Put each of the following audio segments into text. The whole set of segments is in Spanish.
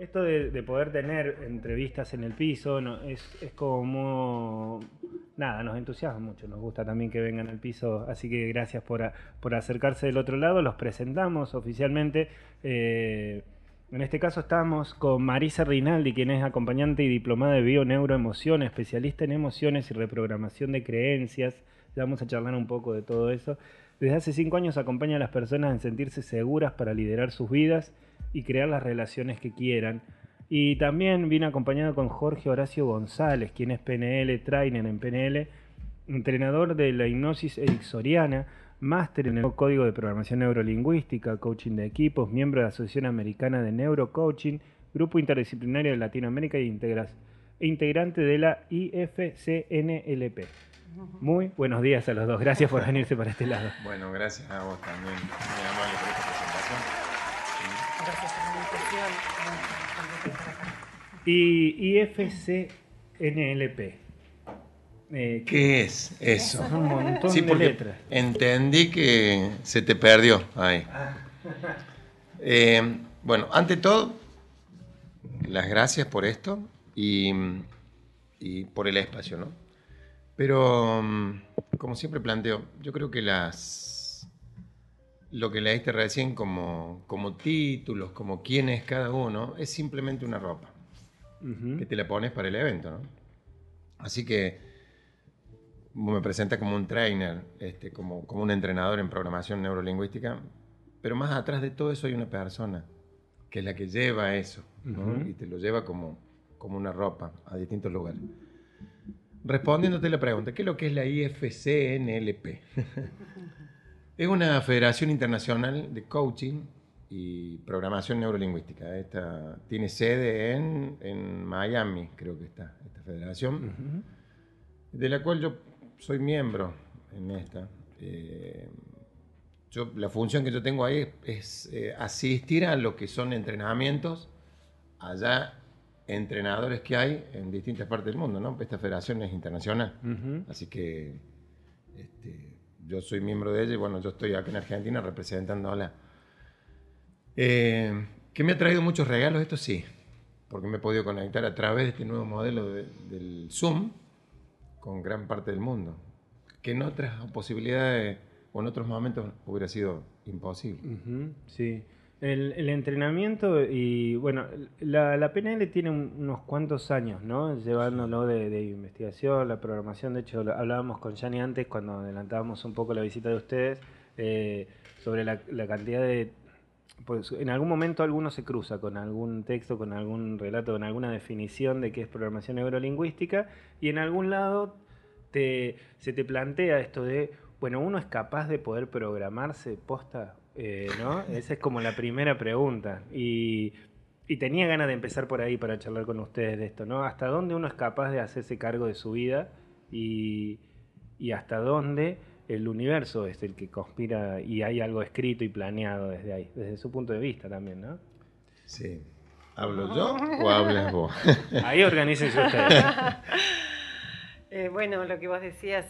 Esto de poder tener entrevistas en el piso es como... Nada, nos entusiasma mucho, nos gusta también que vengan al piso, así que gracias por acercarse del otro lado, los presentamos oficialmente. En este caso estamos con Marisa Rinaldi, quien es acompañante y diplomada de Bioneuroemoción, especialista en emociones y reprogramación de creencias. Ya vamos a charlar un poco de todo eso. Desde hace 5 años acompaña a las personas en sentirse seguras para liderar sus vidas y crear las relaciones que quieran. Y también viene acompañado con Jorge Horacio González, quien es PNL, trainer en PNL, entrenador de la hipnosis ericksoniana, máster en el código de programación neurolingüística, coaching de equipos, miembro de la Asociación Americana de Neurocoaching, grupo interdisciplinario de Latinoamérica e integrante de la IFCNLP. Muy buenos días a los dos. Gracias por venirse para este lado. Bueno, gracias a vos también. Muy amable por esta presentación. Gracias por la invitación. Y IFCNLP. ¿Qué es eso? Es un montón Sí, de letras. entendí que se te perdió ahí. Bueno, ante todo, las gracias por esto y por el espacio, ¿no? Pero, como siempre planteo, yo creo que lo que leíste recién como títulos, como quién es cada uno, es simplemente una ropa que te la pones para el evento, ¿no? Así que me presenta como un trainer, como un entrenador en programación neurolingüística, pero más atrás de todo eso hay una persona que es la que lleva eso, ¿no? Y te lo lleva como una ropa a distintos lugares. Respondiéndote la pregunta, ¿qué es lo que es la IFCNLP? Es una federación internacional de coaching y programación neurolingüística. Esta tiene sede en Miami, creo que está esta federación, de la cual yo soy miembro en esta. La función que yo tengo ahí es asistir a lo que son entrenamientos allá, entrenadores que hay en distintas partes del mundo, ¿no? Esta federación es internacional, así que yo soy miembro de ella y bueno, yo estoy acá en Argentina representándola. ¿Que me ha traído muchos regalos? Esto sí, porque me he podido conectar a través de este nuevo modelo del Zoom con gran parte del mundo, que en otras posibilidades o en otros momentos hubiera sido imposible. Sí. El entrenamiento y bueno, la PNL tiene unos cuantos años, ¿no? Llevándolo de investigación, la programación. De hecho, hablábamos con Yanni antes cuando adelantábamos un poco la visita de ustedes sobre la cantidad de... Pues en algún momento alguno se cruza con algún texto, con algún relato, con alguna definición de qué es programación neurolingüística y en algún lado se te plantea esto de, bueno, uno es capaz de poder programarse posta, ¿no? Esa es como la primera pregunta. Y tenía ganas de empezar por ahí para charlar con ustedes de esto, ¿no? ¿Hasta dónde uno es capaz de hacerse cargo de su vida y hasta dónde el universo es el que conspira y hay algo escrito y planeado desde ahí, desde su punto de vista también, ¿no? Sí. ¿Hablo yo o hablas vos? Ahí organícense ustedes. Bueno, lo que vos decías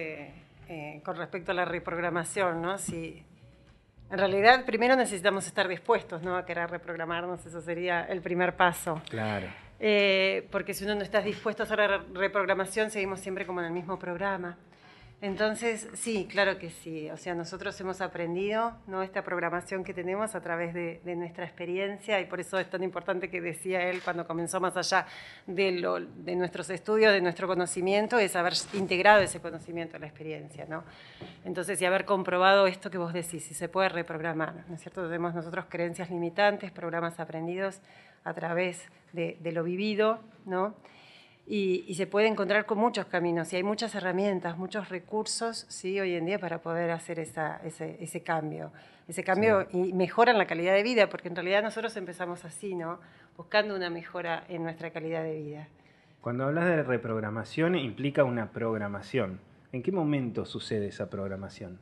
con respecto a la reprogramación, ¿no? Si, en realidad, primero necesitamos estar dispuestos, ¿no?, a querer reprogramarnos, eso sería el primer paso. Claro. Porque si uno no está dispuesto a hacer la reprogramación, seguimos siempre como en el mismo programa. Entonces, sí, claro que sí. O sea, nosotros hemos aprendido, ¿no?, esta programación que tenemos a través de nuestra experiencia y por eso es tan importante que decía él cuando comenzó más allá de nuestros estudios, de nuestro conocimiento, es haber integrado ese conocimiento a la experiencia, ¿no? Entonces, y haber comprobado esto que vos decís, si se puede reprogramar, ¿no es cierto? Tenemos nosotros creencias limitantes, programas aprendidos a través de lo vivido, ¿no? Y se puede encontrar con muchos caminos y hay muchas herramientas, muchos recursos, ¿sí?, hoy en día para poder hacer ese cambio. Ese cambio sí. Y mejoran la calidad de vida, porque en realidad nosotros empezamos así, ¿no?, buscando una mejora en nuestra calidad de vida. Cuando hablas de reprogramación implica una programación. ¿En qué momento sucede esa programación?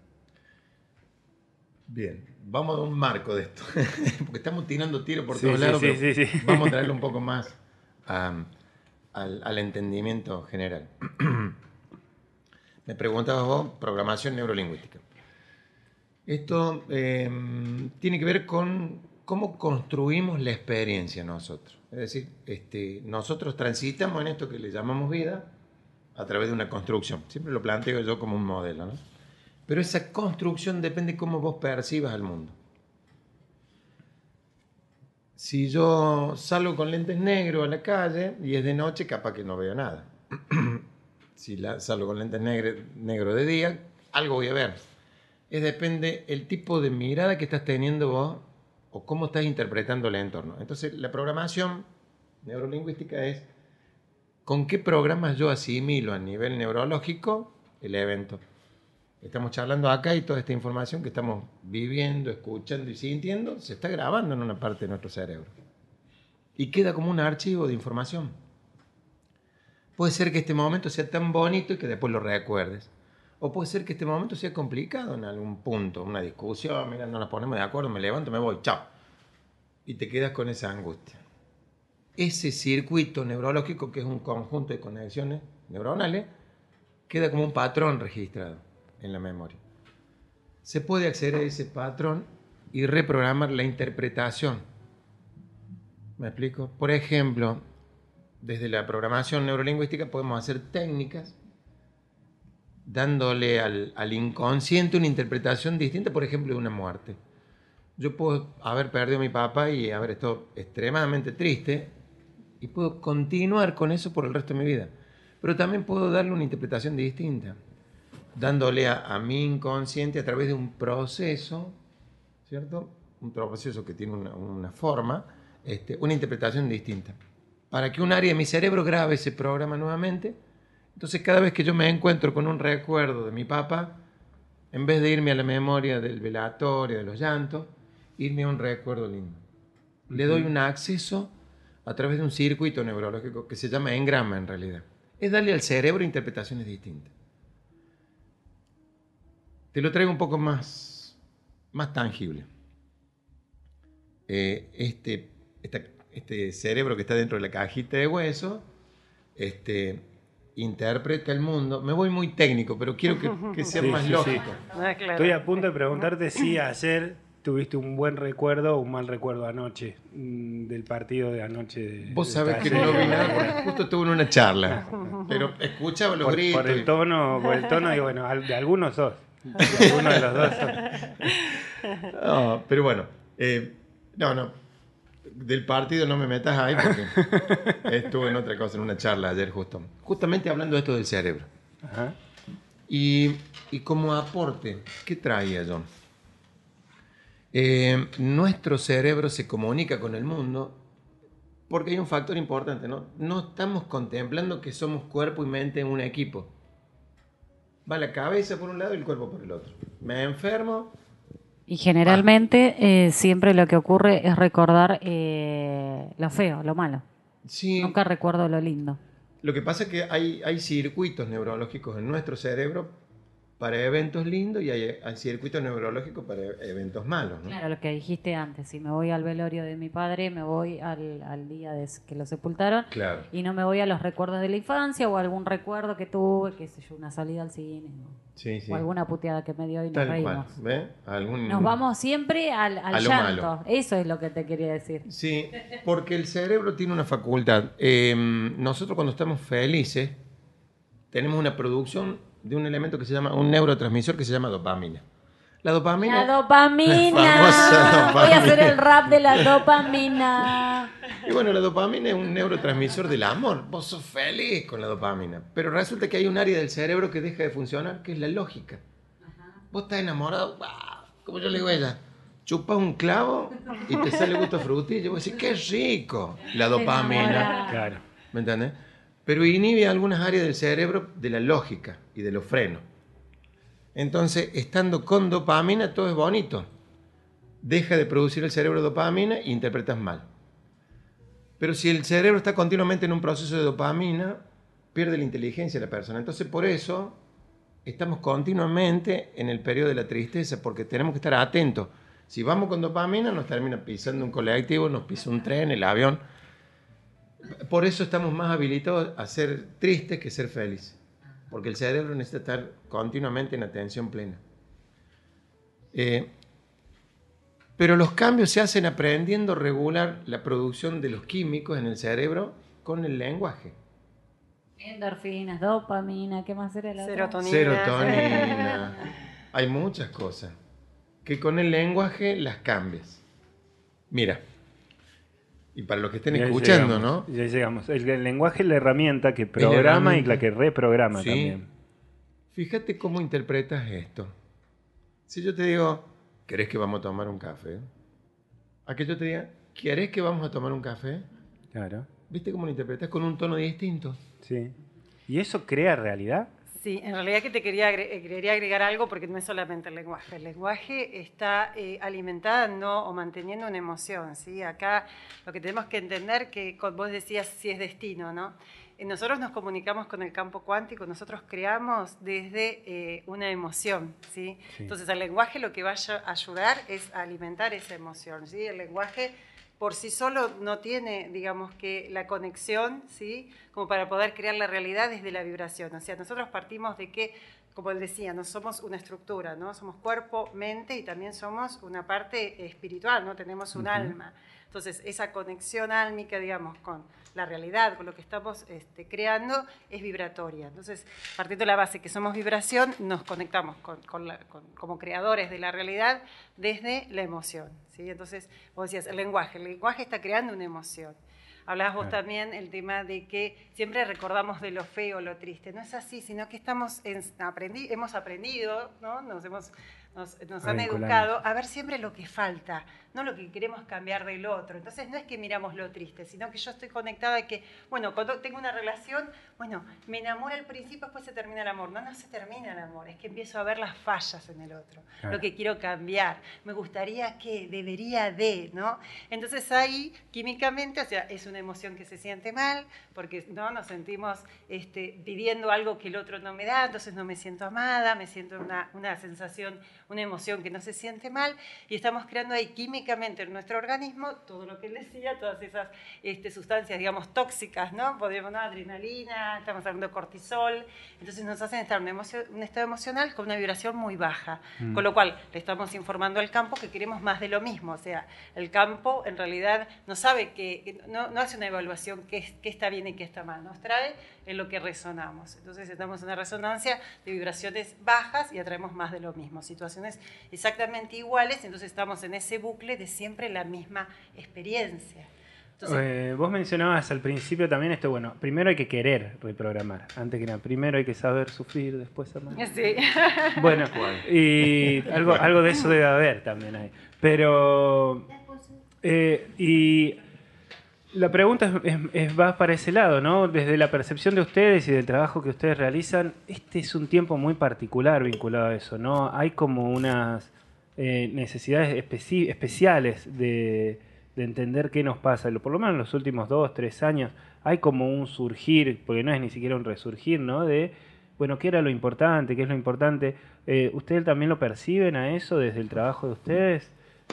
Bien, vamos a dar un marco de esto, porque estamos tirando tiros por todos lados, pero vamos a traerlo un poco más al entendimiento general. Me preguntabas vos, programación neurolingüística. Esto tiene que ver con cómo construimos la experiencia nosotros. Es decir, nosotros transitamos en esto que le llamamos vida a través de una construcción. Siempre lo planteo yo como un modelo, ¿no? Pero esa construcción depende de cómo vos percibas al mundo. Si yo salgo con lentes negros a la calle y es de noche, capaz que no veo nada. Si salgo con lentes negros de día, algo voy a ver. Depende el tipo de mirada que estás teniendo vos o cómo estás interpretando el entorno. Entonces, la programación neurolingüística es con qué programas yo asimilo a nivel neurológico el evento. Estamos charlando acá y toda esta información que estamos viviendo, escuchando y sintiendo se está grabando en una parte de nuestro cerebro. Y queda como un archivo de información. Puede ser que este momento sea tan bonito y que después lo recuerdes. O puede ser que este momento sea complicado en algún punto, una discusión, mira, no nos ponemos de acuerdo, me levanto, me voy, chao. Y te quedas con esa angustia. Ese circuito neurológico, que es un conjunto de conexiones neuronales, queda como un patrón registrado en la memoria. Se puede acceder a ese patrón y reprogramar la interpretación. ¿Me explico? Por ejemplo, desde la programación neurolingüística podemos hacer técnicas dándole al inconsciente una interpretación distinta, por ejemplo, de una muerte. Yo puedo haber perdido a mi papá y haber estado extremadamente triste y puedo continuar con eso por el resto de mi vida. Pero también puedo darle una interpretación distinta, dándole a mi inconsciente a través de un proceso, ¿cierto? Un proceso que tiene una forma, una interpretación distinta. Para que un área de mi cerebro grabe ese programa nuevamente. Entonces, cada vez que yo me encuentro con un recuerdo de mi papá, en vez de irme a la memoria del velatorio, de los llantos, irme a un recuerdo lindo. Le doy un acceso a través de un circuito neurológico que se llama engrama en realidad. Es darle al cerebro interpretaciones distintas. Te lo traigo un poco más tangible. Este cerebro que está dentro de la cajita de hueso, interpreta el mundo. Me voy muy técnico, pero quiero que sea más lógico. Sí. Claro. Estoy a punto de preguntarte si ayer tuviste un buen recuerdo o un mal recuerdo anoche del partido de anoche. Vos sabés que no vi nada porque justo estuve en una charla, pero escuchaba los gritos. Por el tono, digo, bueno, de algunos sos. De alguno de los dos sos. No, pero bueno, no. Del partido no me metas ahí porque estuve en otra cosa, en una charla ayer justamente hablando de esto del cerebro. Ajá. Y como aporte, ¿qué traía yo? Nuestro cerebro se comunica con el mundo porque hay un factor importante, ¿no? No estamos contemplando que somos cuerpo y mente en un equipo. Va la cabeza por un lado y el cuerpo por el otro. Me enfermo. Y generalmente siempre lo que ocurre es recordar lo feo, lo malo. Sí. Nunca recuerdo lo lindo. Lo que pasa es que hay circuitos neurológicos en nuestro cerebro para eventos lindos y hay circuitos neurológicos para eventos malos, ¿no? Claro, lo que dijiste antes. Si me voy al velorio de mi padre, me voy al día que lo sepultaron. Claro. Y no me voy a los recuerdos de la infancia o algún recuerdo que tuve, qué sé yo, una salida al cine. ¿No? Sí. O alguna puteada que me dio y nos Tal reímos. cual, ¿ve? Nos vamos siempre al llanto. Malo. Eso es lo que te quería decir. Sí, porque el cerebro tiene una facultad. Nosotros cuando estamos felices tenemos una producción de un elemento que se llama, un neurotransmisor que se llama dopamina. La dopamina. La famosa dopamina. Voy a hacer el rap de la dopamina. Y bueno, la dopamina es un neurotransmisor del amor. Vos sos feliz con la dopamina. Pero resulta que hay un área del cerebro que deja de funcionar, que es la lógica. Ajá. Vos estás enamorado, como yo le digo a ella, chupas un clavo y te sale gusto a frutilla. Y vos decís, qué rico. La dopamina. Claro. ¿Me entendés? Pero inhibe algunas áreas del cerebro de la lógica y de los frenos. Entonces, estando con dopamina, todo es bonito. Deja de producir el cerebro dopamina e interpretas mal. Pero si el cerebro está continuamente en un proceso de dopamina, pierde la inteligencia de la persona. Entonces, por eso, estamos continuamente en el periodo de la tristeza, porque tenemos que estar atentos. Si vamos con dopamina, nos termina pisando un colectivo, nos pisa un tren, el avión. Por eso estamos más habilitados a ser tristes que ser felices. Porque el cerebro necesita estar continuamente en atención plena. Pero Pero los cambios se hacen aprendiendo a regular la producción de los químicos en el cerebro con el lenguaje. Endorfinas, dopamina, ¿qué más era la otra? Serotonina. Serotonina. Hay muchas cosas que con el lenguaje las cambias. Mira, y para los que estén Ya escuchando, llegamos, ¿no? Ya llegamos. El lenguaje es la herramienta que programa y la que reprograma Sí. también. Fíjate cómo interpretas esto. Si yo te digo, ¿querés que vamos a tomar un café? A que yo te diga, ¿querés que vamos a tomar un café? Claro, ¿Viste cómo lo interpretas? Con un tono distinto. sí. ¿Y eso crea realidad? Sí, en realidad que te quería agregar algo porque no es solamente el lenguaje. El lenguaje está alimentando o manteniendo una emoción, ¿sí? Acá lo que tenemos que entender, que vos decías si es destino, ¿no? Nosotros nos comunicamos con el campo cuántico, nosotros creamos desde una emoción, ¿sí? Sí. Entonces el lenguaje lo que va a ayudar es a alimentar esa emoción, ¿sí? El lenguaje por sí solo no tiene, digamos, que la conexión, ¿sí? Como para poder crear la realidad desde la vibración. O sea, nosotros partimos de que, como él decía, no somos una estructura, ¿no? Somos cuerpo, mente y también somos una parte espiritual, ¿no? Tenemos un alma. Entonces, esa conexión álmica, digamos, con la realidad, con lo que estamos creando, es vibratoria. Entonces, partiendo de la base que somos vibración, nos conectamos como creadores de la realidad desde la emoción, ¿sí? Entonces, vos decías, el lenguaje está creando una emoción. Hablabas vos también el tema de que siempre recordamos de lo feo, lo triste. No es así, sino que hemos aprendido, ¿no? Nos han educado a ver siempre lo que falta, no lo que queremos cambiar del otro. Entonces no es que miramos lo triste, sino que yo estoy conectada a que, bueno, cuando tengo una relación, bueno, me enamoro al principio, después se termina el amor. No se termina el amor, es que empiezo a ver las fallas en el otro, lo que quiero cambiar. Me gustaría que, debería de, ¿no? Entonces ahí, químicamente, o sea, es una emoción que se siente mal, porque ¿no? Nos sentimos pidiendo algo que el otro no me da, entonces no me siento amada, me siento una sensación, una emoción que no se siente mal, y estamos creando ahí químicamente en nuestro organismo todo lo que él decía, todas esas sustancias, digamos, tóxicas, ¿no? Podríamos, ¿no? Adrenalina, estamos hablando de cortisol, entonces nos hacen estar en un estado emocional con una vibración muy baja, con lo cual le estamos informando al campo que queremos más de lo mismo, o sea, el campo en realidad no sabe no hace una evaluación qué está bien y qué está mal, nos trae en lo que resonamos. Entonces estamos en una resonancia de vibraciones bajas y atraemos más de lo mismo, situaciones exactamente iguales, entonces estamos en ese bucle de siempre la misma experiencia. Entonces, Vos mencionabas al principio también esto, bueno, primero hay que querer reprogramar, antes que nada, primero hay que saber sufrir, después amar. sí. Bueno, y algo de eso debe haber también ahí. Pero, y la pregunta va para ese lado, ¿no? Desde la percepción de ustedes y del trabajo que ustedes realizan, este es un tiempo muy particular vinculado a eso, ¿no? Hay como unas necesidades especiales de entender qué nos pasa. Por lo menos en los últimos 2, 3 años hay como un surgir, porque no es ni siquiera un resurgir, ¿no? De, bueno, ¿qué era lo importante? ¿Qué es lo importante? ¿Ustedes también lo perciben a eso desde el trabajo de ustedes?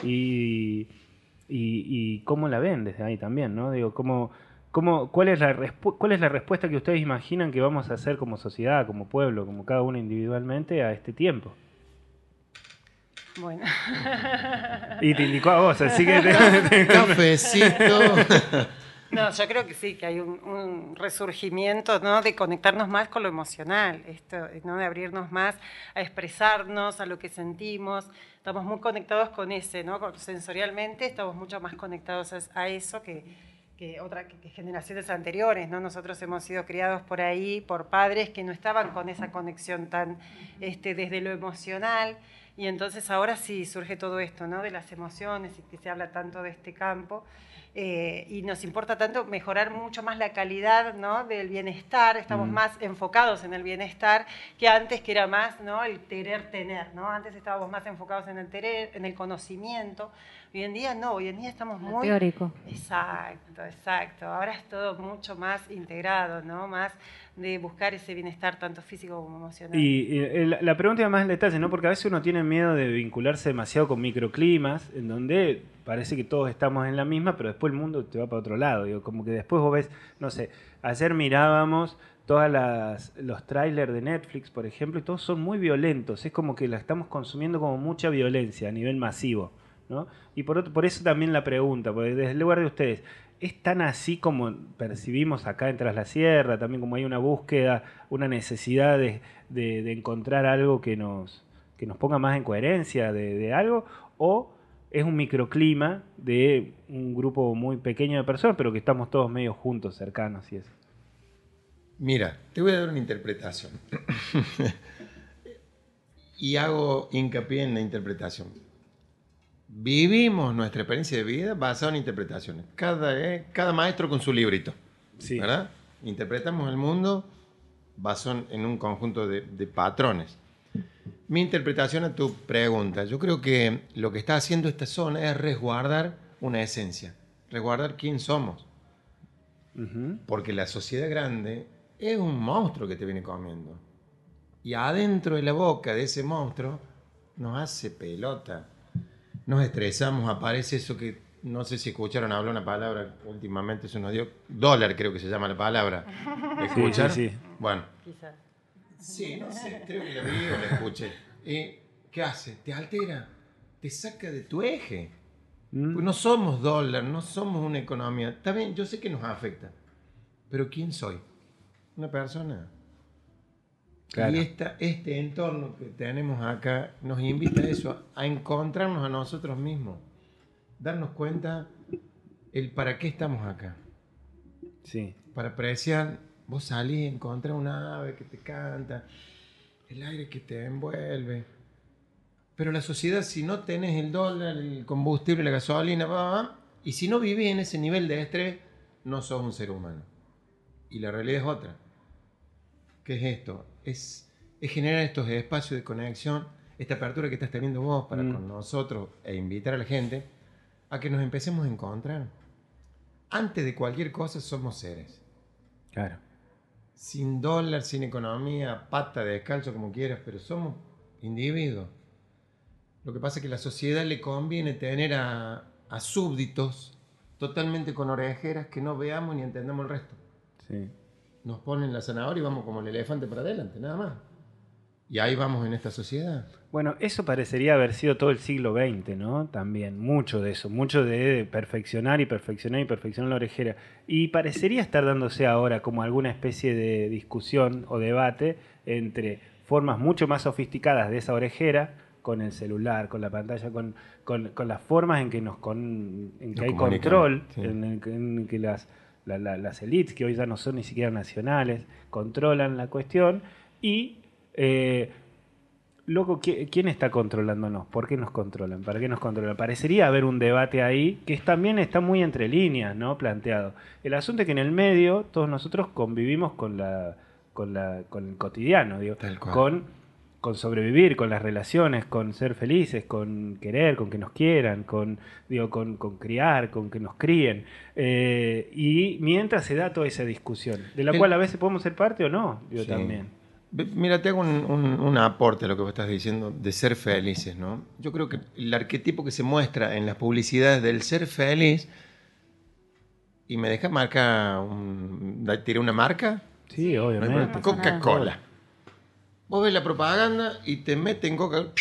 Y cómo la ven desde ahí también, ¿no? Digo, ¿cuál es la respuesta que ustedes imaginan que vamos a hacer como sociedad, como pueblo, como cada uno individualmente a este tiempo? Bueno. Y te indicó a vos, así que... Cafecito. No, yo creo que sí, que hay un resurgimiento, ¿no? De conectarnos más con lo emocional, ¿no? De abrirnos más a expresarnos, a lo que sentimos. Estamos muy conectados con ¿no? Sensorialmente estamos mucho más conectados a eso que generaciones anteriores, ¿no? Nosotros hemos sido criados por ahí, por padres que no estaban con esa conexión tan desde lo emocional. Y entonces ahora sí surge todo esto, ¿no? De las emociones y que se habla tanto de este campo. Y nos importa tanto mejorar mucho más la calidad, ¿no? Del bienestar, estamos más enfocados en el bienestar que antes, que era más, ¿no? El querer tener, ¿no? Antes estábamos más enfocados en el tener, en el conocimiento. Hoy en día no, hoy en día estamos muy... teórico. Exacto. Ahora es todo mucho más integrado, ¿no? Más de buscar ese bienestar tanto físico como emocional. Y la pregunta es más en detalle, ¿no? Porque a veces uno tiene miedo de vincularse demasiado con microclimas, en donde parece que todos estamos en la misma, pero después el mundo te va para otro lado. Digo, como que después vos ves, no sé, ayer mirábamos los trailers de Netflix, por ejemplo, y todos son muy violentos. Es como que la estamos consumiendo como mucha violencia a nivel masivo, ¿no? Y por eso también la pregunta, porque desde el lugar de ustedes, ¿es tan así como percibimos acá en Tras la Sierra? También como hay una búsqueda, una necesidad de encontrar algo que nos ponga más en coherencia de algo, ¿o es un microclima de un grupo muy pequeño de personas, pero que estamos todos medio juntos, cercanos y eso? Mira, te voy a dar una interpretación. Y hago hincapié en la interpretación. Vivimos nuestra experiencia de vida basada en interpretaciones. Cada maestro con su librito. Sí. ¿Verdad? Interpretamos el mundo basado en un conjunto de patrones. Mi interpretación a tu pregunta, yo creo que lo que está haciendo esta zona es resguardar una esencia, resguardar quién somos. Porque la sociedad grande es un monstruo que te viene comiendo. Y adentro de la boca de ese monstruo nos hace pelota. Nos estresamos, aparece eso que no sé si escucharon hablar una palabra últimamente, eso nos dio dólar, creo que se llama la palabra. ¿Escuchar? Sí. Bueno. Quizás. Sí, no sé, creo que la vi o la escuché. ¿Qué hace? Te altera, te saca de tu eje. Pues no somos dólar, no somos una economía. Está bien, yo sé que nos afecta, pero ¿quién soy? Una persona. Claro. Y este entorno que tenemos acá nos invita a eso, a encontrarnos a nosotros mismos, darnos cuenta el para qué estamos acá. Sí. Para apreciar, vos salís, encontrás una ave que te canta, el aire que te envuelve. Pero la sociedad, si no tenés el dólar, el combustible, la gasolina, y si no vivís en ese nivel de estrés, no sos un ser humano. Y la realidad es otra. ¿Qué es esto? Es generar estos espacios de conexión, esta apertura que estás teniendo vos para con nosotros e invitar a la gente a que nos empecemos a encontrar. Antes de cualquier cosa somos seres. Claro. Sin dólar, sin economía, pata, descalzo, como quieras, pero somos individuos. Lo que pasa es que a la sociedad le conviene tener a súbditos totalmente con orejeras que no veamos ni entendamos el resto. Sí. Nos ponen la zanahoria y vamos como el elefante para adelante, nada más. Y ahí vamos en esta sociedad. Bueno, eso parecería haber sido todo el siglo XX, ¿no? También, mucho de eso, mucho de perfeccionar y perfeccionar y perfeccionar la orejera. Y parecería estar dándose ahora como alguna especie de discusión o debate entre formas mucho más sofisticadas de esa orejera, con el celular, con la pantalla, con las formas en que hay control, sí. en que las élites, que hoy ya no son ni siquiera nacionales, controlan la cuestión y... loco, ¿quién está controlándonos? ¿Por qué nos controlan? ¿Para qué nos controlan? Parecería haber un debate ahí que también está muy entre líneas, ¿no? Planteado. El asunto es que en el medio todos nosotros convivimos con el cotidiano, digo, con sobrevivir, con las relaciones, con ser felices, con querer, con que nos quieran, con criar, con que nos críen. Y mientras se da toda esa discusión, de la cual a veces podemos ser parte o no, digo, Sí. también. Mira, te hago un aporte a lo que vos estás diciendo de ser felices, ¿no? Yo creo que el arquetipo que se muestra en las publicidades del ser feliz, y me deja tiré una marca, Sí, obviamente. Coca-Cola. Vos ves la propaganda y te meten Coca-Cola.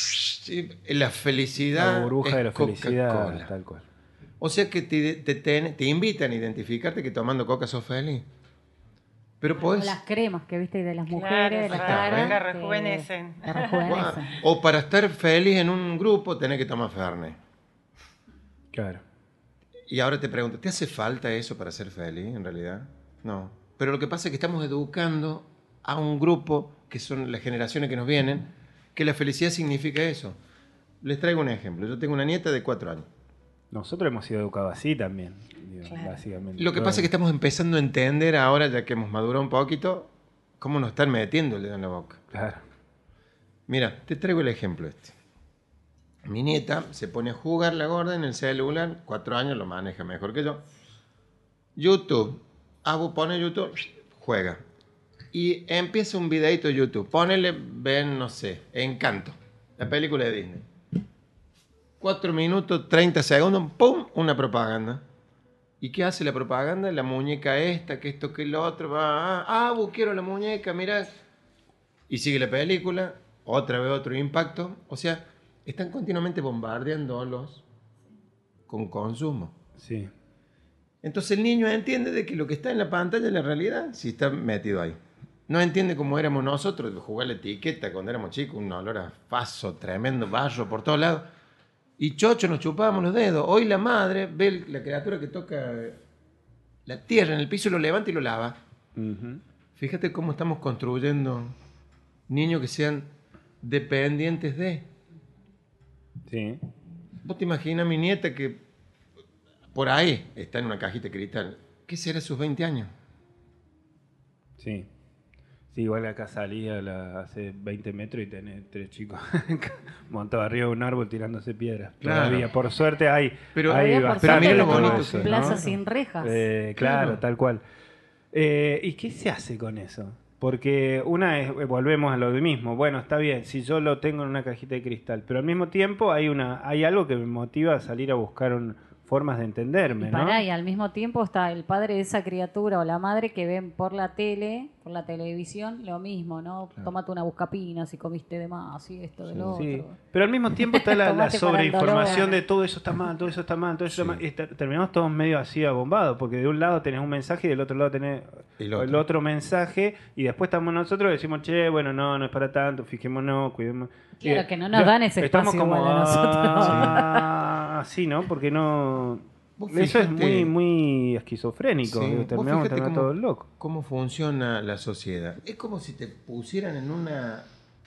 La felicidad La burbuja es de la felicidad, Coca-Cola. tal cual. O sea que te invitan a identificarte que tomando Coca sos feliz. Pero Como podés... las cremas que viste de las Claro, mujeres, de las claro, caras. que rejuvenecen. Que rejuvenecen. O para estar feliz en un grupo tenés que tomar Fernet. Claro. Y ahora te pregunto, ¿te hace falta eso para ser feliz en realidad? No. Pero lo que pasa es que estamos educando a un grupo, que son las generaciones que nos vienen, que la felicidad significa eso. Les traigo un ejemplo. Yo tengo una nieta de 4 años. Nosotros hemos sido educados así también, digo, Claro. básicamente. Lo que pasa es que estamos empezando a entender ahora, ya que hemos madurado un poquito, cómo nos están metiendo el dedo en la boca. Claro. Mira, te traigo el ejemplo este. Mi nieta se pone a jugar la gorda en el celular, 4 años, lo maneja mejor que yo. YouTube. Pone YouTube, juega. Y empieza un videito de YouTube. Ponele, ven, no sé, Encanto, la película de Disney. 4 minutos, 30 segundos, ¡pum! Una propaganda. ¿Y qué hace la propaganda? La muñeca esta, que esto, que lo otro. Quiero la muñeca, mirá. Y sigue la película, otra vez otro impacto. O sea, están continuamente bombardeándolos con consumo. Sí. Entonces el niño entiende de que lo que está en la pantalla es la realidad si está metido ahí. No entiende cómo éramos nosotros, de jugar la etiqueta cuando éramos chicos, un olor a faso, tremendo, barro por todos lados. Y chocho, nos chupábamos los dedos. Hoy la madre ve la criatura que toca la tierra en el piso, lo levanta y lo lava. Fíjate cómo estamos construyendo niños que sean dependientes de. Sí. ¿Vos te imaginas a mi nieta que por ahí está en una cajita de cristal? ¿Qué será sus 20 años? Sí. Sí, igual acá salía hace 20 metros y tenés 3 chicos montados arriba de un árbol tirándose piedras. Claro. Todavía, por suerte hay Pero bastante mira lo de todo bonito eso, que- ¿no? Plaza sin rejas. Claro, Claro. tal cual. ¿Y qué se hace con eso? Porque una es, volvemos a lo de mismo. Bueno, está bien, si yo lo tengo en una cajita de cristal, pero al mismo tiempo hay algo que me motiva a salir a buscar formas de entenderme, Y ¿no? pará, y al mismo tiempo está el padre de esa criatura o la madre que ven por la tele, por la televisión, lo mismo, ¿no? Tómate una buscapina si comiste de más y esto del otro. Sí, pero al mismo tiempo está la Tomate para el sobreinformación dolor. de todo eso está mal, todo eso está mal, todo eso está mal. Y terminamos todos medio así abombados, porque de un lado tenés un mensaje y del otro lado tenés el otro mensaje, y después estamos nosotros y decimos, che, bueno, no es para tanto, fijémonos, cuidemos. Claro, que no nos dan ese estamos espacio como, igual a nosotros. así, ¿no? Porque no... Vos Eso es fíjate- muy esquizofrénico, Sí, vos terminamos fíjate todos locos. cómo funciona la sociedad. Es como si te pusieran en una,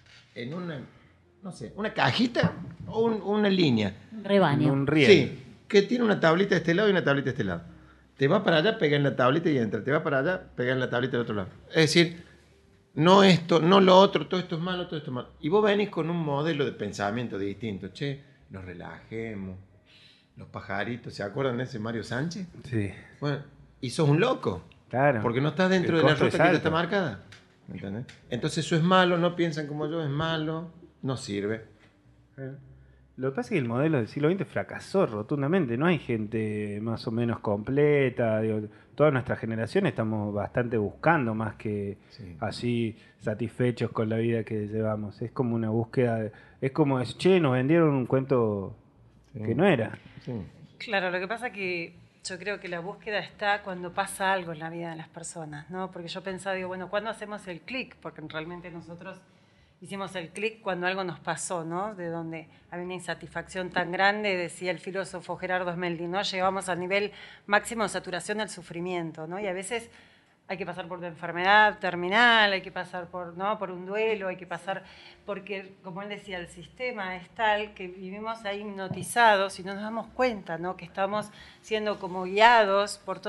no sé, una cajita o una línea. Rebaño. Un riel. Sí, que tiene una tablita de este lado y una tablita de este lado. Te va para allá, pega en la tablita y entra. Te va para allá, pega en la tablita del otro lado. Es decir, no esto, no lo otro, todo esto es malo, todo esto es malo. Y vos venís con un modelo de pensamiento distinto. Che, nos relajemos. Los pajaritos, ¿se acuerdan de ese Mario Sánchez? Sí, Bueno, y sos un loco. claro. Porque no estás dentro El de la costo ruta es que ya alto. está marcada. ¿Me entendés? Entonces eso es malo, no piensan como yo, es malo, no sirve. Lo que pasa es que el modelo del siglo XX fracasó rotundamente. No hay gente más o menos completa. Digo, toda nuestra generación estamos bastante buscando más que Sí. así satisfechos con la vida que llevamos. Es como una búsqueda. Es como, che, nos vendieron un cuento que no era. Sí. Claro, lo que pasa que yo creo que la búsqueda está cuando pasa algo en la vida de las personas, ¿no? Porque yo pensaba, digo, bueno, ¿cuándo hacemos el clic? Porque realmente nosotros hicimos el clic cuando algo nos pasó, ¿no? De donde había una insatisfacción tan grande, decía el filósofo Gerardo Smelding, ¿no? Llegamos al nivel máximo de saturación del sufrimiento, ¿no? Y a veces hay que pasar por una enfermedad terminal, hay que pasar por un duelo, hay que pasar, porque, como él decía, el sistema es tal que vivimos ahí hipnotizados y no nos damos cuenta, ¿no? Que estamos siendo como guiados por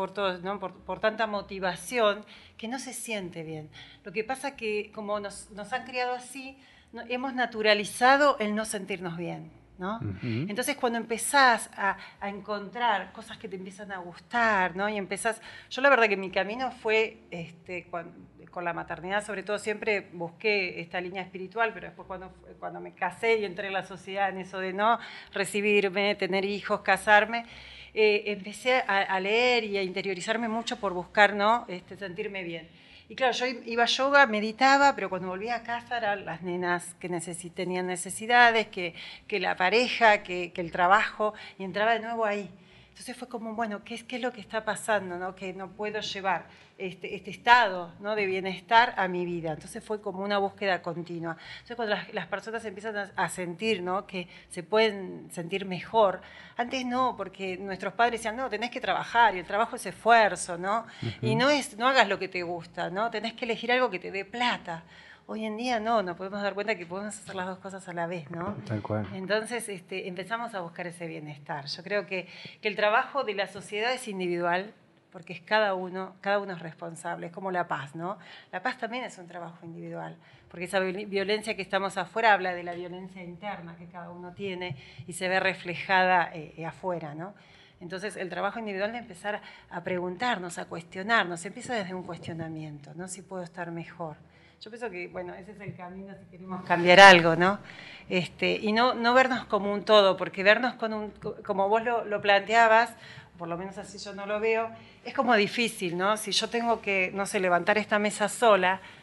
tanta motivación que no se siente bien. Lo que pasa que como nos han criado así, hemos naturalizado el no sentirnos bien, ¿no? Ujú. Entonces cuando empezás a encontrar cosas que te empiezan a gustar, ¿no? Y empezás, yo la verdad que mi camino fue, con la maternidad sobre todo, siempre busqué esta línea espiritual, pero después cuando me casé y entré en la sociedad en eso de no recibirme, tener hijos, casarme, empecé a leer y a interiorizarme mucho por buscar, ¿no? Sentirme bien. Y claro, yo iba a yoga, meditaba, pero cuando volvía a casa eran las nenas que tenían necesidades, que la pareja, que el trabajo, y entraba de nuevo ahí. Entonces fue como, bueno, ¿qué es lo que está pasando, ¿no? Que no puedo llevar este estado, ¿no? de bienestar a mi vida. Entonces fue como una búsqueda continua. Entonces cuando las personas empiezan a sentir, ¿no? que se pueden sentir mejor, antes no, porque nuestros padres decían, no, tenés que trabajar, y el trabajo es esfuerzo, ¿no? Y no hagas lo que te gusta, ¿no? Tenés que elegir algo que te dé plata. Hoy en día no, nos podemos dar cuenta que podemos hacer las dos cosas a la vez, ¿no? Tal cual. Entonces empezamos a buscar ese bienestar. Yo creo que el trabajo de la sociedad es individual, porque es cada uno es responsable, es como la paz, ¿no? La paz también es un trabajo individual, porque esa violencia que estamos afuera habla de la violencia interna que cada uno tiene y se ve reflejada afuera, ¿no? Entonces, el trabajo individual de empezar a preguntarnos, a cuestionarnos, empieza desde un cuestionamiento, ¿no? Si puedo estar mejor. Yo pienso que, bueno, ese es el camino si queremos cambiar algo, ¿no? Y no vernos como un todo, porque vernos como vos lo planteabas, por lo menos así yo no lo veo, es como difícil, ¿no? Si yo tengo que, no sé, levantar esta mesa sola,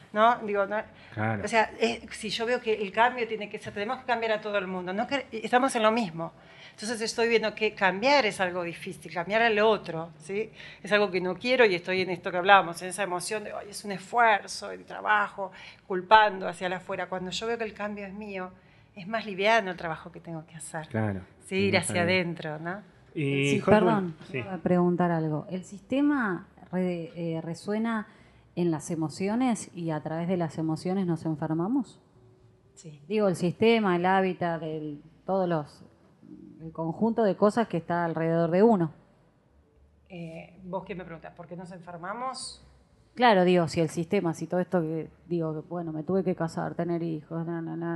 ¿no? Digo, no, Claro. o sea, si yo veo que el cambio tiene que ser, tenemos que cambiar a todo el mundo, ¿no? Estamos en lo mismo. Entonces estoy viendo que cambiar es algo difícil, cambiar al otro, ¿sí? Es algo que no quiero y estoy en esto que hablábamos, en esa emoción de, ay, es un esfuerzo, el trabajo, culpando hacia afuera. Cuando yo veo que el cambio es mío, es más liviano el trabajo que tengo que hacer. Claro. Sí, ir hacia adentro, ¿no? Y Sí, Jorge, perdón, sí. voy a preguntar algo. ¿El sistema resuena en las emociones y a través de las emociones nos enfermamos? Sí. Digo, el sistema, el hábitat, el conjunto de cosas que está alrededor de uno. ¿Vos qué me preguntás? ¿Por qué nos enfermamos? Claro, digo, si el sistema, si todo esto que digo, que bueno, me tuve que casar, tener hijos,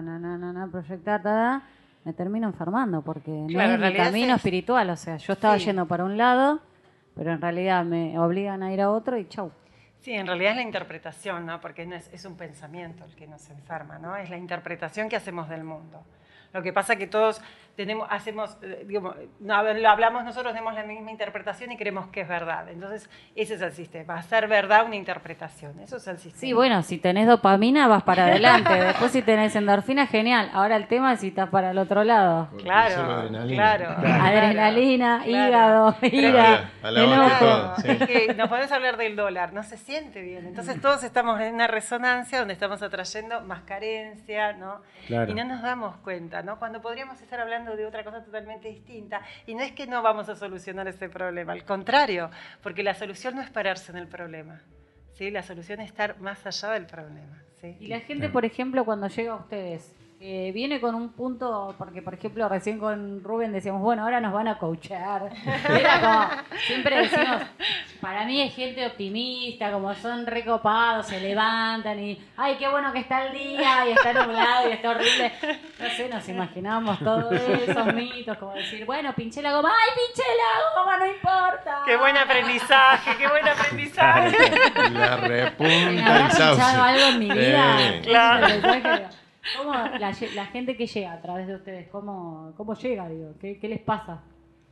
proyectar, me termino enfermando porque no Claro, es en mi realidad camino es- espiritual. O sea, yo estaba Sí. yendo para un lado, pero en realidad me obligan a ir a otro y chau. Sí, en realidad es la interpretación, ¿no? Porque no es un pensamiento el que nos enferma, ¿no? Es la interpretación que hacemos del mundo. Lo que pasa es que todos digamos, lo hablamos nosotros, tenemos la misma interpretación y creemos que es verdad. Entonces, ese es el sistema, hacer verdad una interpretación. Eso es el sistema. Sí, bueno, si tenés dopamina vas para adelante. Después si tenés endorfina, genial. Ahora el tema es si estás para el otro lado. Solo Claro, adrenalina. claro. Adrenalina, claro. hígado, Pero ira, hablamos de enojo. todo. Sí. Es que nos podemos hablar del dólar, no se siente bien. Entonces todos estamos en una resonancia donde estamos atrayendo más carencia, ¿no? Claro. Y no nos damos cuenta, ¿no? Cuando podríamos estar hablando de otra cosa totalmente distinta. Y no es que no vamos a solucionar ese problema, al contrario, porque la solución no es pararse en el problema, ¿sí? La solución es estar más allá del problema, ¿sí? Y la gente, por ejemplo, cuando llega a ustedes, viene con un punto, porque por ejemplo recién con Rubén decíamos, bueno, ahora nos van a coachar. Era como, siempre decimos, para mí hay gente optimista, como son recopados, se levantan y, ay, qué bueno que está el día y está nublado y está horrible. No sé, nos imaginábamos todos esos mitos, como decir, bueno, pinché la goma, ay, pinché la goma, no importa. ¡Qué buen aprendizaje, qué buen aprendizaje! La ¿Me repunta habrá el sauce. pinchado algo en mi vida? Sí. Claro. Ese es el mensaje. ¿Cómo la gente que llega a través de ustedes, cómo llega, digo? ¿Qué les pasa?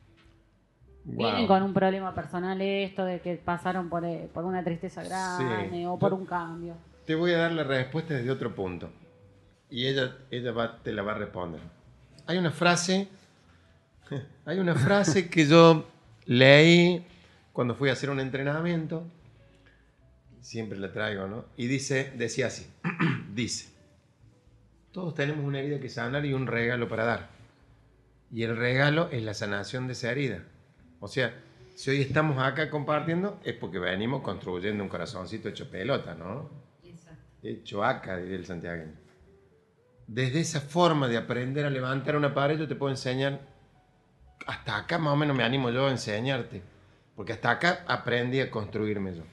¿Vienen con un problema personal esto de que pasaron por una tristeza grande Sí. o por un cambio? Te voy a dar la respuesta desde otro punto. Y ella te la va a responder. Hay una frase que yo leí cuando fui a hacer un entrenamiento. Siempre la traigo, ¿no? Y decía así. Dice, todos tenemos una herida que sanar y un regalo para dar. Y el regalo es la sanación de esa herida. O sea, si hoy estamos acá compartiendo, es porque venimos construyendo un corazoncito hecho pelota, ¿no? Hecho acá, diría el santiagueño. Desde esa forma de aprender a levantar una pared, yo te puedo enseñar, hasta acá más o menos me animo yo a enseñarte, porque hasta acá aprendí a construirme yo.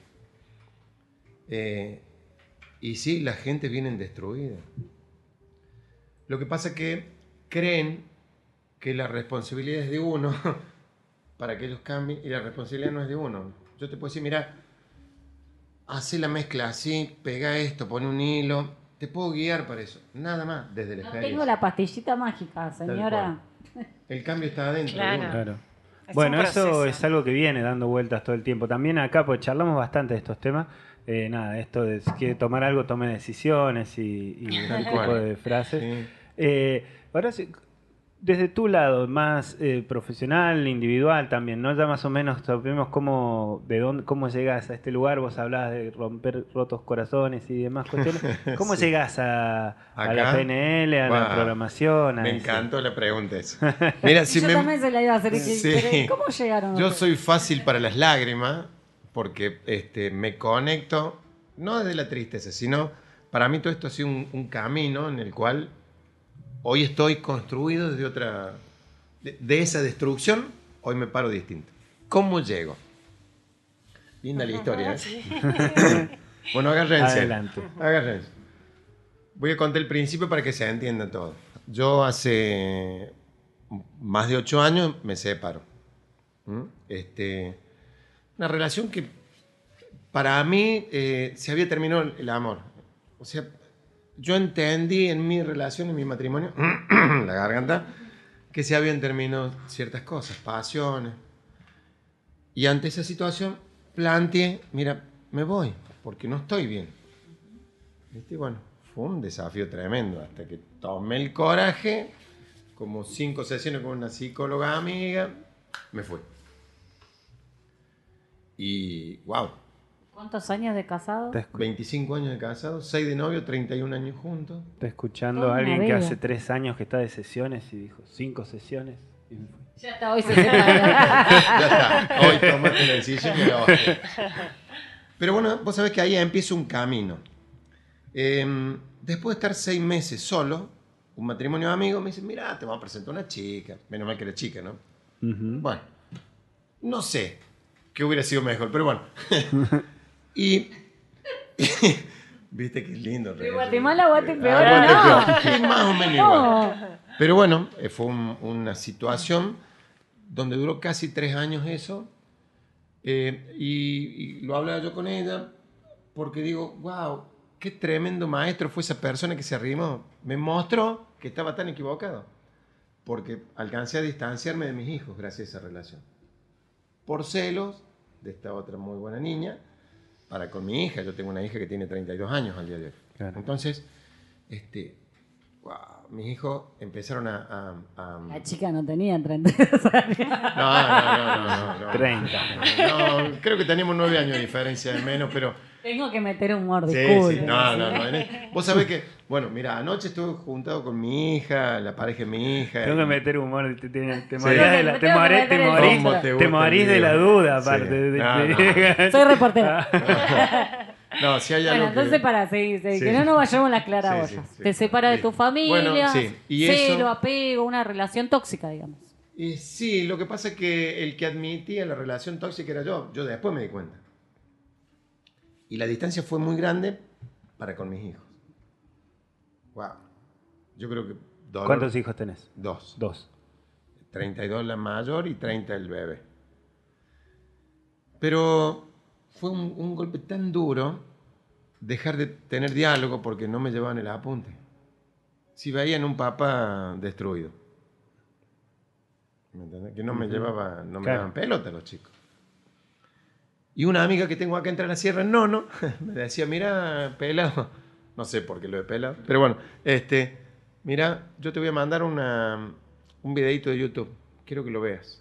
Y sí, la gente viene destruida. Lo que pasa es que creen que la responsabilidad es de uno para que ellos cambien y la responsabilidad no es de uno. Yo te puedo decir, mira, hace la mezcla así, pega esto, pone un hilo, te puedo guiar para eso. Nada más, desde la No experiencia. tengo la pastillita mágica, señora. El cambio está adentro. Claro. de uno. Claro. Es Bueno, un eso proceso. es algo que viene dando vueltas todo el tiempo. También acá, pues charlamos bastante de estos temas. Nada, esto de si quiere tomar algo, tome decisiones y Tal ese cual. tipo de frases. Sí. Ahora, desde tu lado, más profesional, individual también, ¿no? Ya más o menos sabemos cómo llegas a este lugar. Vos hablabas de romper rotos corazones y demás cuestiones. ¿Cómo Sí. llegas a la Acá, PNL, a la wow, programación? Me ese? encantó la pregunta esa. Mira, si Yo me... también se la iba a hacer. Sí. Pero ¿cómo llegaron? Yo ustedes? soy fácil para las lágrimas porque me conecto, no desde la tristeza, sino para mí todo esto ha sido un camino en el cual hoy estoy construido desde otra... De esa destrucción, hoy me paro distinto. ¿Cómo llego? Linda la historia, ¿eh? Bueno, agárrense. Adelante. Agárrense. Voy a contar el principio para que se entienda todo. Yo hace más de 8 años me separo. Una relación que para mí se había terminado el amor. O sea, yo entendí en mi relación, en mi matrimonio, la garganta, que se habían terminado ciertas cosas, pasiones. Y ante esa situación planteé, mira, me voy, porque no estoy bien. ¿Viste? Bueno, fue un desafío tremendo hasta que tomé el coraje, como 5 sesiones con una psicóloga amiga, me fui. Y wow. ¿Cuántos años de casado? 25 años de casado, 6 de novio, 31 años juntos. Está escuchando Toda a alguien una que vida. hace 3 años que está de sesiones y dijo 5 sesiones y me fui. Ya está, hoy se separa. Ya está, hoy tomaste la decisión y la otra. Pero bueno, vos sabés que ahí empieza un camino. Después de estar 6 meses solo, un matrimonio amigo me dice, mira, te vamos a presentar una chica. Menos mal que era chica, ¿no? Bueno, no sé qué hubiera sido mejor, pero bueno. y viste que es lindo. De Guatemala a Guatepeor, Guatepeor. Es más o menos igual. No. Pero bueno, fue una situación donde duró casi 3 años eso. Y lo hablaba yo con ella porque digo, wow, qué tremendo maestro fue esa persona que se arrimó. Me mostró que estaba tan equivocado. Porque alcancé a distanciarme de mis hijos gracias a esa relación. Por celos de esta otra muy buena niña, para con mi hija. Yo tengo una hija que tiene 32 años al día de hoy. Claro. Entonces, wow, mis hijos empezaron a La chica no tenía 32 años. No. 30. No, creo que teníamos 9 años de diferencia de menos, pero... Tengo que meter humor, Sí, disculpe. sí, no. Vos sabés que, bueno, mira, anoche estuve juntado con mi hija, la pareja de mi hija. Tengo que meter humor, te Sí. morís de la, te morís, te morís, ¿Cómo te te gusta morís el de la video? duda, Sí. aparte. No. Soy reportera. No, si hay Bueno, algo entonces para seguir, Sí. que no nos vayamos a las claraboyas. Sí. Te separa de Sí. tu familia, Bueno, sí. Y celo, eso- apego, una relación tóxica, digamos. Sí, lo que pasa es que el que admitía la relación tóxica era yo. Yo después me di cuenta. Y la distancia fue muy grande para con mis hijos. Wow. Yo creo que... dolor- ¿Cuántos hijos tenés? 2. 2. 32 la mayor y 30 el bebé. Pero fue un golpe tan duro dejar de tener diálogo porque no me llevaban el apunte. Si veían un papá destruido. ¿Me entendés? Que no me llevaba, no me Claro. daban pelota los chicos. Y una amiga que tengo acá en la Sierra, no, me decía, mira, pelado, no sé por qué lo he pelado, pero bueno, mira, yo te voy a mandar un videito de YouTube, quiero que lo veas.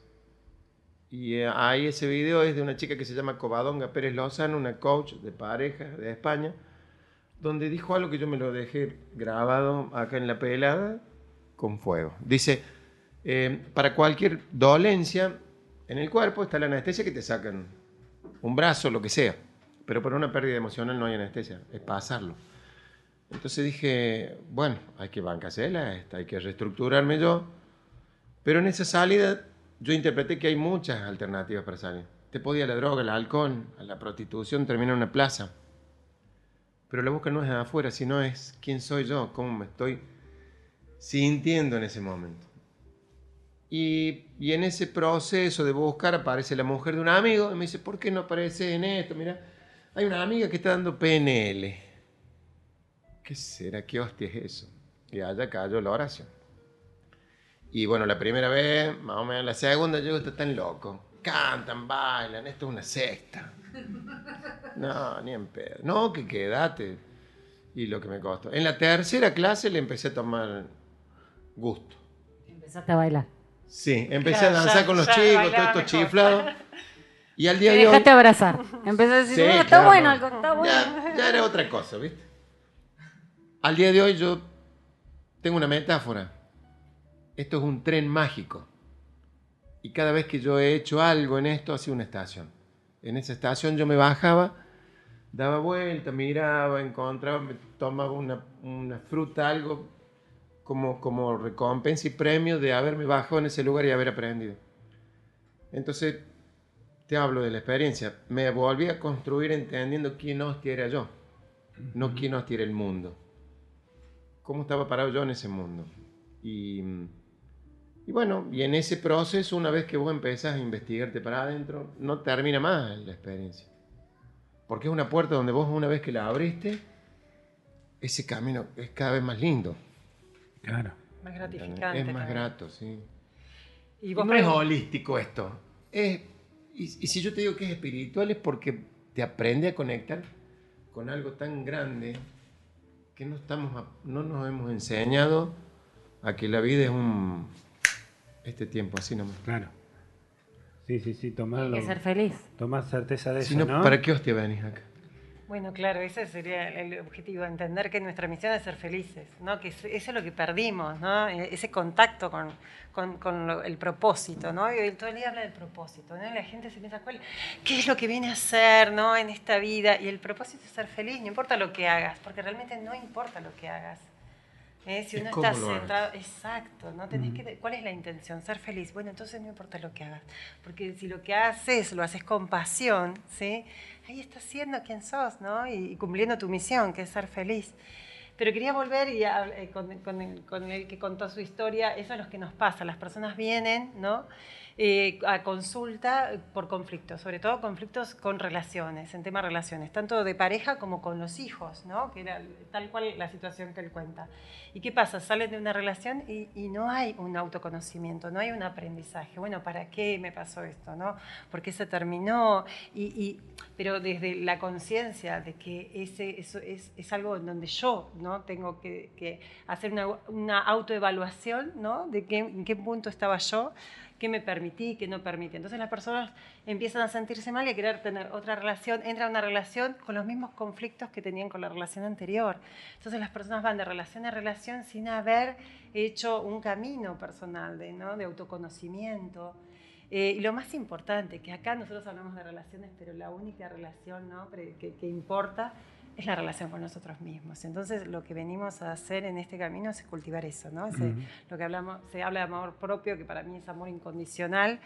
Y ahí ese video es de una chica que se llama Covadonga Pérez Lozano, una coach de pareja de España, donde dijo algo que yo me lo dejé grabado acá en la pelada con fuego. Dice, para cualquier dolencia en el cuerpo está la anestesia que te sacan un brazo, lo que sea. Pero para una pérdida emocional no hay anestesia, es pasarlo. Entonces dije, bueno, hay que bancársela esta, hay que reestructurarme yo. Pero en esa salida yo interpreté que hay muchas alternativas para salir. Te podía a la droga, al alcohol, a la prostitución, terminar en una plaza. Pero la búsqueda no es afuera, sino es quién soy yo, cómo me estoy sintiendo en ese momento. Y en ese proceso de buscar aparece la mujer de un amigo y me dice, ¿por qué no aparece en esto? Mira, hay una amiga que está dando PNL. ¿Qué será? ¿Qué hostia es eso? Y allá cayó la oración. Y bueno, la primera vez, más o menos la segunda, yo esto tan loco. Cantan, bailan, esto es una secta. No, ni en pedo. No, que quédate. Y lo que me costó. En la tercera clase le empecé a tomar gusto. Empezaste a bailar. Sí, empecé Claro, a danzar ya- con los ya chicos, todo bailaba esto mejor. chiflado. Y al día Te de hoy... dejaste abrazar. Empecé a decir, Sí, está claro, bueno, no. algo, está bueno. Ya era otra cosa, ¿viste? Al día de hoy yo tengo una metáfora. Esto es un tren mágico. Y cada vez que yo he hecho algo en esto, ha sido una estación. En esa estación yo me bajaba, daba vuelta, miraba, encontraba, me tomaba una fruta, algo como recompensa y premio de haberme bajado en ese lugar y haber aprendido. Entonces, te hablo de la experiencia. Me volví a construir entendiendo quién hostia era yo, no quién hostia era el mundo. Cómo estaba parado yo en ese mundo. Y bueno, y en ese proceso, una vez que vos empezás a investigarte para adentro, no termina más la experiencia. Porque es una puerta donde vos, una vez que la abriste, ese camino es cada vez más lindo. Claro. Más gratificante. Es más también. grato, sí. Y Y vos no es pregun- holístico esto. Y si yo te digo que es espiritual es porque te aprende a conectar con algo tan grande que no nos hemos enseñado a que la vida es este tiempo, así nomás. Claro. Sí, tomarlo. Hay que ser feliz. Tomar certeza de Si eso, no, ¿no? ¿para qué hostia venís acá? Bueno, claro, ese sería el objetivo, entender que nuestra misión es ser felices, ¿no? Que eso es lo que perdimos, ¿no? Ese contacto con el propósito, ¿no? Y todo el día habla del propósito, ¿no? Y la gente se piensa, ¿qué es lo que viene a hacer, ¿no? En esta vida. Y el propósito es ser feliz, no importa lo que hagas, porque realmente no importa lo que hagas. Si uno está centrado, exacto, ¿no? ¿Cuál es la intención? Ser feliz. Bueno, entonces no importa lo que hagas, porque si lo que haces lo haces con pasión, ¿sí? Ahí estás siendo quien sos, ¿no? Y cumpliendo tu misión, que es ser feliz. Pero quería volver y con el que contó su historia, eso es lo que nos pasa. Las personas vienen, ¿no? A consulta por conflictos, sobre todo conflictos con relaciones, en tema de relaciones, tanto de pareja como con los hijos, ¿no? Que era tal cual la situación que él cuenta. ¿Y qué pasa? Salen de una relación y no hay un autoconocimiento, no hay un aprendizaje. Bueno, ¿para qué me pasó esto, no? ¿Por qué se terminó? Pero desde la conciencia de que eso es algo en donde yo, ¿no? Tengo que hacer una autoevaluación, ¿no? De en qué punto estaba yo, qué me permití, qué no permití. Entonces las personas empiezan a sentirse mal y a querer tener otra relación, entran a una relación con los mismos conflictos que tenían con la relación anterior. Entonces las personas van de relación a relación sin haber hecho un camino personal de autoconocimiento. Y lo más importante, que acá nosotros hablamos de relaciones, pero la única relación, ¿no? que importa es la relación con nosotros mismos. Entonces, lo que venimos a hacer en este camino es cultivar eso, ¿no? Lo que hablamos, se habla de amor propio, que para mí es amor incondicional,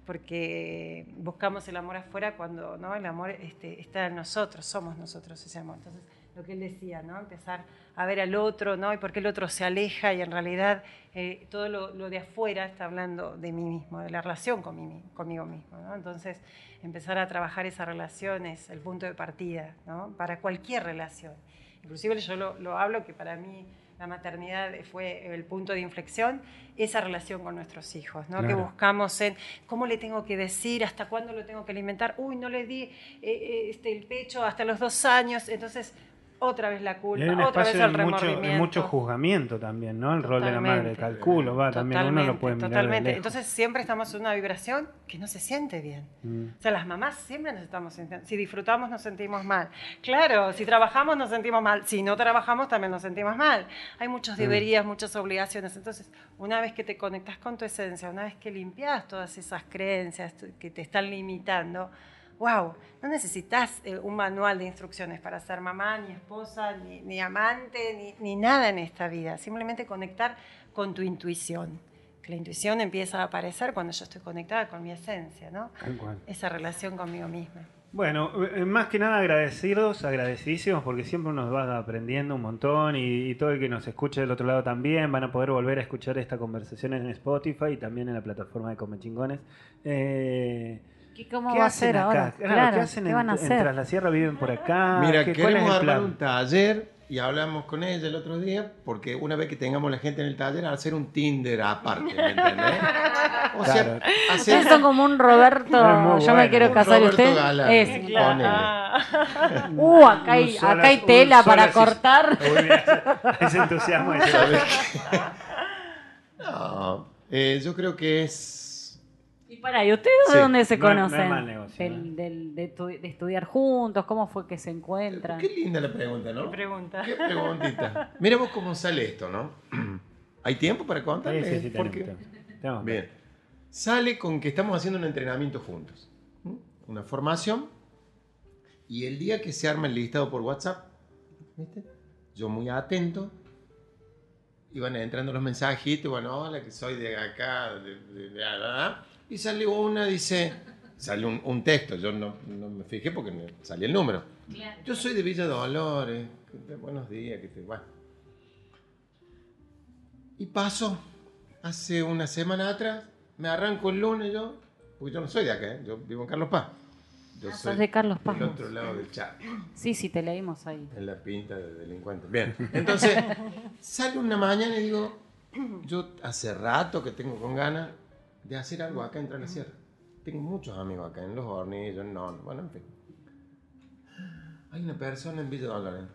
porque buscamos el amor afuera cuando, ¿no? El amor está en nosotros, somos nosotros ese amor. Entonces, lo que él decía, ¿no? Empezar a ver al otro, ¿no? Y por qué el otro se aleja y en realidad todo lo de afuera está hablando de mí mismo, de la relación conmigo mismo, ¿no? Entonces, empezar a trabajar esa relación es el punto de partida, ¿no? Para cualquier relación. Inclusive yo lo hablo que para mí la maternidad fue el punto de inflexión, esa relación con nuestros hijos, ¿no? Claro. Que buscamos en cómo le tengo que decir, hasta cuándo lo tengo que alimentar, no le di el pecho hasta los 2 años, entonces otra vez la culpa, otra vez el remordimiento. Hay mucho juzgamiento también, ¿no? El rol de la madre, calculo, también uno lo puede mirar de lejos. Entonces siempre estamos en una vibración que no se siente bien. O sea, las mamás siempre nos estamos sintiendo. Si disfrutamos nos sentimos mal. Claro, si trabajamos nos sentimos mal. Si no trabajamos también nos sentimos mal. Hay muchos deberías, muchas obligaciones. Entonces, una vez que te conectas con tu esencia, una vez que limpias todas esas creencias que te están limitando, wow, no necesitas un manual de instrucciones para ser mamá, ni esposa, ni amante, ni nada en esta vida. Simplemente conectar con tu intuición. Que la intuición empieza a aparecer cuando yo estoy conectada con mi esencia, ¿no? Esa relación conmigo misma. Bueno, más que nada agradecidísimos, porque siempre nos va aprendiendo un montón y todo el que nos escuche del otro lado también van a poder volver a escuchar esta conversación en Spotify y también en la plataforma de Comechingones. ¿Cómo va a ser ahora? Claro, ¿qué hacen en Tras la Sierra? ¿Viven por acá? Mira, queremos armar un taller y hablamos con ella el otro día, porque una vez que tengamos la gente en el taller, hacer un Tinder aparte, ¿me entendés? O sea, ustedes son como un Roberto, yo me quiero casar y usted es. Acá hay tela para cortar. Ese entusiasmo. No, yo creo que es... ¿Y ustedes de dónde se conocen? No es mal negocio, de estudiar juntos, ¿cómo fue que se encuentran? Qué linda la pregunta, ¿no? Qué pregunta. Qué preguntita. Mira vos cómo sale esto, ¿no? ¿Hay tiempo para contarle? Sí, tenemos. Bien. Sale con que estamos haciendo un entrenamiento juntos. Una formación. Y el día que se arma el listado por WhatsApp, ¿viste? Yo muy atento. Iban entrando los mensajitos, bueno, hola, que soy de acá, y sale una, dice, sale un texto, yo no me fijé porque me salía el número. Claro. Yo soy de Villa Dolores, buenos días, bueno. Y paso, hace una semana atrás, me arranco el lunes yo, porque yo no soy de acá, yo vivo en Carlos Paz. Yo soy sos de Carlos Paz. del otro lado del charco. Sí, te leímos ahí. En la pinta de delincuente. Bien, entonces, sale una mañana y digo, yo hace rato que tengo con ganas de hacer algo acá en Tras la Sierra. Tengo muchos amigos acá, en Los Hornillos, bueno, en fin. Hay una persona en Villa Dolores.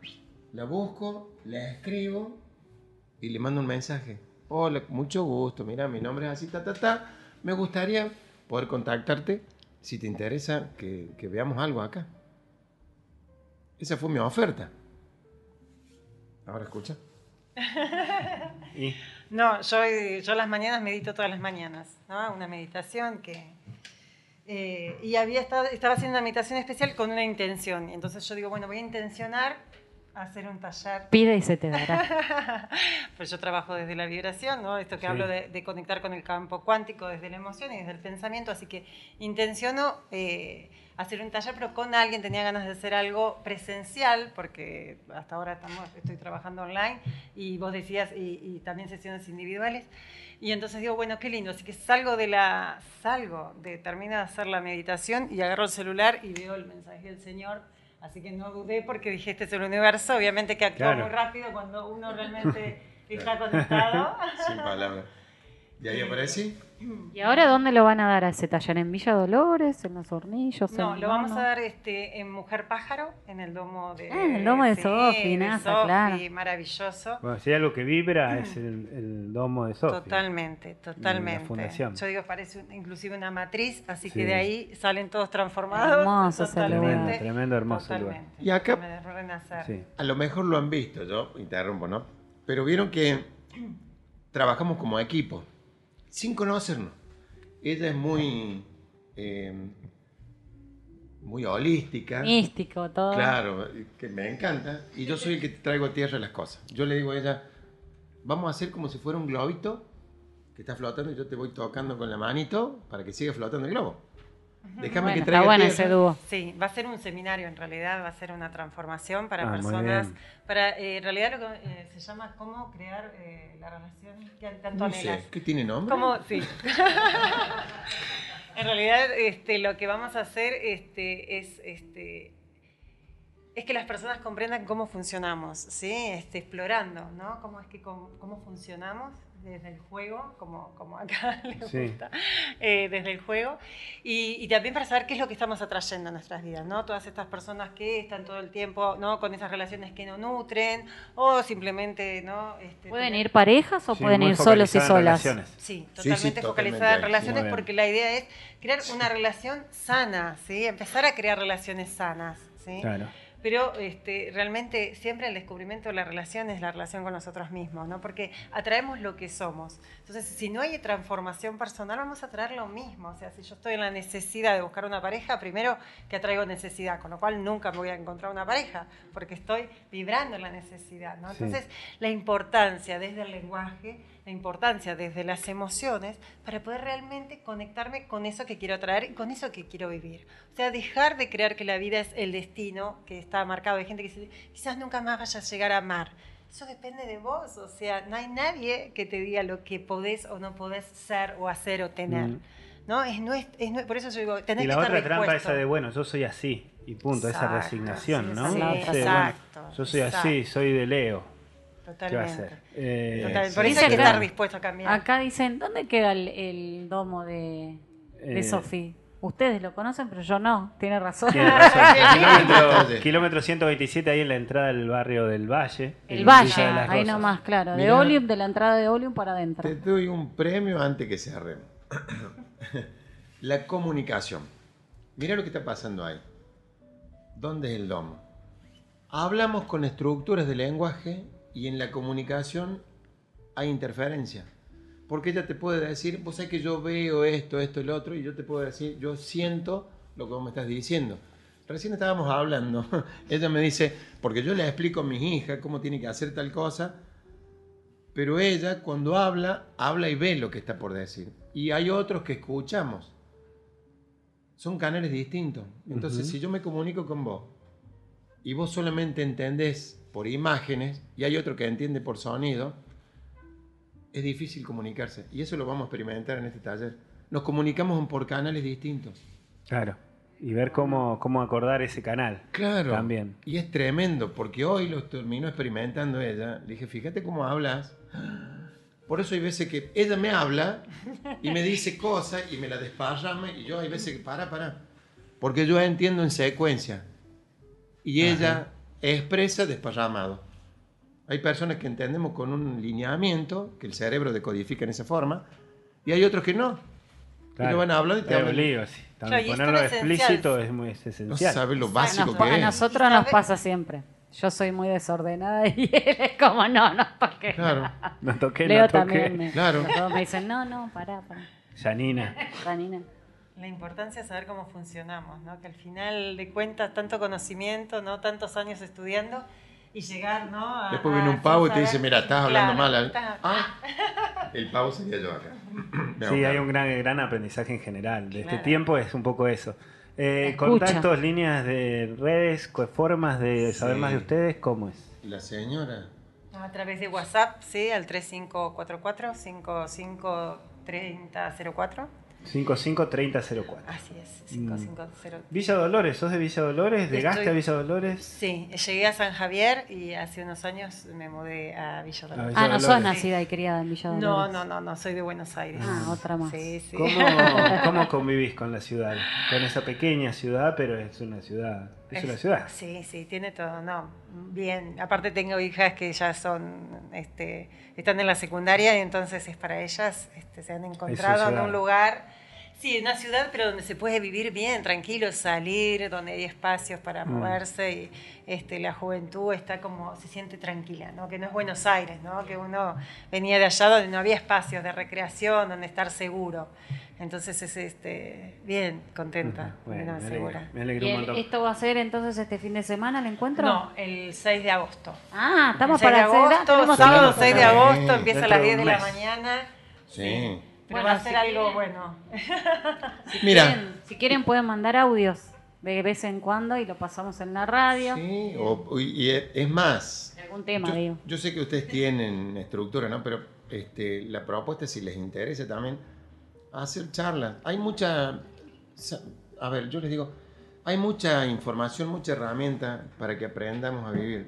la busco, la escribo y le mando un mensaje. Hola, mucho gusto, mira, mi nombre es así, me gustaría poder contactarte si te interesa que veamos algo acá. Esa fue mi oferta. Ahora escucha. ¿Y? No, yo las mañanas medito todas las mañanas, ¿no? Una meditación que... y estaba haciendo una meditación especial con una intención. Y entonces yo digo, bueno, voy a intencionar hacer un taller. Pide y se te dará. Pues yo trabajo desde la vibración, ¿no? Esto que hablo de conectar con el campo cuántico desde la emoción y desde el pensamiento. Así que intenciono hacer un taller, pero con alguien. Tenía ganas de hacer algo presencial, porque hasta ahora estoy trabajando online, y vos decías, y también sesiones individuales. Y entonces digo, bueno, qué lindo. Así que termino de hacer la meditación y agarro el celular y veo el mensaje del Señor. Así que no dudé, porque dije, este es el universo. Obviamente que actúa muy rápido cuando uno realmente está conectado. Sin palabras. ¿Y ahí aparecí? ¿Y ahora dónde lo van a dar a ese taller? ¿En Villa Dolores? ¿En Los Hornillos? No, lo vamos a dar en Mujer Pájaro, en el domo de... en el domo de Sofi, NASA, claro. Maravilloso. Bueno, si hay algo que vibra es el domo de Sofi. Totalmente. La fundación. Yo digo, parece inclusive una matriz, así que de ahí salen todos transformados. Hermoso, tremendo, hermoso lugar. Y acá, sí. a lo mejor lo han visto, yo interrumpo, ¿no? Pero vieron que trabajamos como equipo, sin conocernos. Ella es muy holística. Místico, todo. Claro, que me encanta. Y yo soy el que te traigo a tierra las cosas. Yo le digo a ella, vamos a hacer como si fuera un globito que está flotando y yo te voy tocando con la manito para que siga flotando el globo. Déjame que traiga está bueno tierra. ese dúo. Sí, va a ser un seminario en realidad, va a ser una transformación para personas. En realidad lo que se llama cómo crear la relación que tanto No anhelas. sé, ¿qué tiene nombre? Sí. En realidad lo que vamos a hacer es que las personas comprendan cómo funcionamos, ¿sí? Explorando, ¿no? Cómo funcionamos desde el juego, como acá le gusta, desde el juego, y también para saber qué es lo que estamos atrayendo a nuestras vidas, ¿no? Todas estas personas que están todo el tiempo, ¿no? Con esas relaciones que no nutren, o simplemente, ¿no? ¿Pueden ir parejas o pueden ir solos y solas? Sí, totalmente focalizada en relaciones, porque la idea es crear una relación sana, ¿sí? Empezar a crear relaciones sanas, ¿sí? Claro. Pero realmente siempre el descubrimiento de la relación es la relación con nosotros mismos, ¿no? Porque atraemos lo que somos. Entonces, si no hay transformación personal, vamos a atraer lo mismo. O sea, si yo estoy en la necesidad de buscar una pareja, primero que atraigo necesidad, con lo cual nunca me voy a encontrar una pareja, porque estoy vibrando en la necesidad, ¿no? Entonces, la importancia desde el lenguaje, la importancia desde las emociones, para poder realmente conectarme con eso que quiero atraer y con eso que quiero vivir. O sea, dejar de creer que la vida es el destino que está marcado. Hay gente que dice, quizás nunca más vayas a llegar a amar. Eso depende de vos. O sea, no hay nadie que te diga lo que podés o no podés ser o hacer o tener. ¿No? Por eso yo digo, tenés que estar dispuesto. Y la otra trampa esa de, bueno, yo soy así. Y punto, esa resignación, ¿no? Sí, exacto. Bueno, yo soy así, soy de Leo. Totalmente. Totalmente. Por eso hay que estar dispuesto a cambiar. Acá dicen, ¿dónde queda el domo de Sofi? Ustedes lo conocen, pero yo no. Tiene razón. Tiene razón. Kilómetro 127, ahí en la entrada del barrio del Valle. El Valle, ahí nomás, claro. Mirá, de Olium, de la entrada de Olium para adentro. Te doy un premio antes que cerremos. La comunicación. Mira lo que está pasando ahí. ¿Dónde es el domo? Hablamos con estructuras de lenguaje y en la comunicación hay interferencia. Porque ella te puede decir, vos sabés que yo veo esto, el otro, y yo te puedo decir, yo siento lo que vos me estás diciendo. Recién estábamos hablando, ella me dice, porque yo le explico a mis hijas cómo tiene que hacer tal cosa, pero ella cuando habla y ve lo que está por decir. Y hay otros que escuchamos. Son canales distintos. Entonces, si yo me comunico con vos, y vos solamente entendés por imágenes, y hay otro que entiende por sonido, es difícil comunicarse. Y eso lo vamos a experimentar en este taller. Nos comunicamos por canales distintos. Claro. Y ver cómo acordar ese canal. Claro. También. Y es tremendo, porque hoy lo terminó experimentando ella. Le dije, fíjate cómo hablas. Por eso hay veces que ella me habla y me dice cosas y me la desparrama, y yo hay veces que para. Porque yo entiendo en secuencia. Y ella expresa desparramado. Hay personas que entendemos con un lineamiento, que el cerebro decodifica en esa forma, y hay otros que no. Claro. Y lo van a hablar y te hablan. Sí. Claro, y esto Ponerlo es explícito esencial. es muy No esencial. sabes lo básico A que es. nosotros nos pasa siempre. Yo soy muy desordenada y él es como, no toques. Claro. No toqué, Leo no toqué. también Claro. todos me dicen, no, pará. Janina. Janina. La importancia es saber cómo funcionamos, ¿no? Que al final de cuentas, tanto conocimiento, ¿no? Tantos años estudiando y llegar, ¿no? Después viene un pavo y te dice, saber- mira, estás hablando Claro, mal. estás- El pavo sería yo acá. Sí, hay un gran aprendizaje en general. De este Claro. tiempo es un poco eso. Escucha. Contactos, líneas de redes, formas de saber Sí. más de ustedes, ¿cómo es? La señora. A través de WhatsApp, sí, al 3544-553004. 553004. Así es, 550. Villa Dolores, ¿sos de Villa Dolores? ¿Llegaste Estoy- a Villa Dolores? Sí, llegué a San Javier y hace unos años me mudé a Villa Dolores. Villa No sos Dolores. nacida y criada en Villa No, Dolores. no, soy de Buenos Aires. Otra más. Sí, sí. ¿Cómo convivís con la ciudad? Con esa pequeña ciudad, pero es una ciudad. Es una ciudad. Sí, tiene todo, no, bien. Aparte tengo hijas que ya son, están en la secundaria y entonces es para ellas, se han encontrado en ciudad. un lugar, sí, una ciudad, pero donde se puede vivir bien, tranquilo, salir, donde hay espacios para moverse y la juventud está como, se siente tranquila, ¿no? Que no es Buenos Aires, ¿no? Que uno venía de allá donde no había espacios de recreación, donde estar seguro. Entonces es bien contenta, Bueno, bien segura. me alegro ¿Y un montón. esto va a ser entonces este fin de semana el encuentro? No, el 6 de agosto. Ah, estamos El 6 de para hacer. agosto, tenemos sábado tiempo. 6 de agosto, empieza a Dentro las de 10 de un la mes. mañana. Sí. Pero Bueno, va a ser si algo quieren- bueno. Mira. Si quieren pueden mandar audios de vez en cuando y lo pasamos en la radio. Sí, y es más. Algún tema, digo. Yo sé que ustedes tienen estructura, ¿no? Pero la propuesta, si les interesa también, hacer charlas. Hay mucha. A ver, yo les digo, hay mucha información, mucha herramienta para que aprendamos a vivir.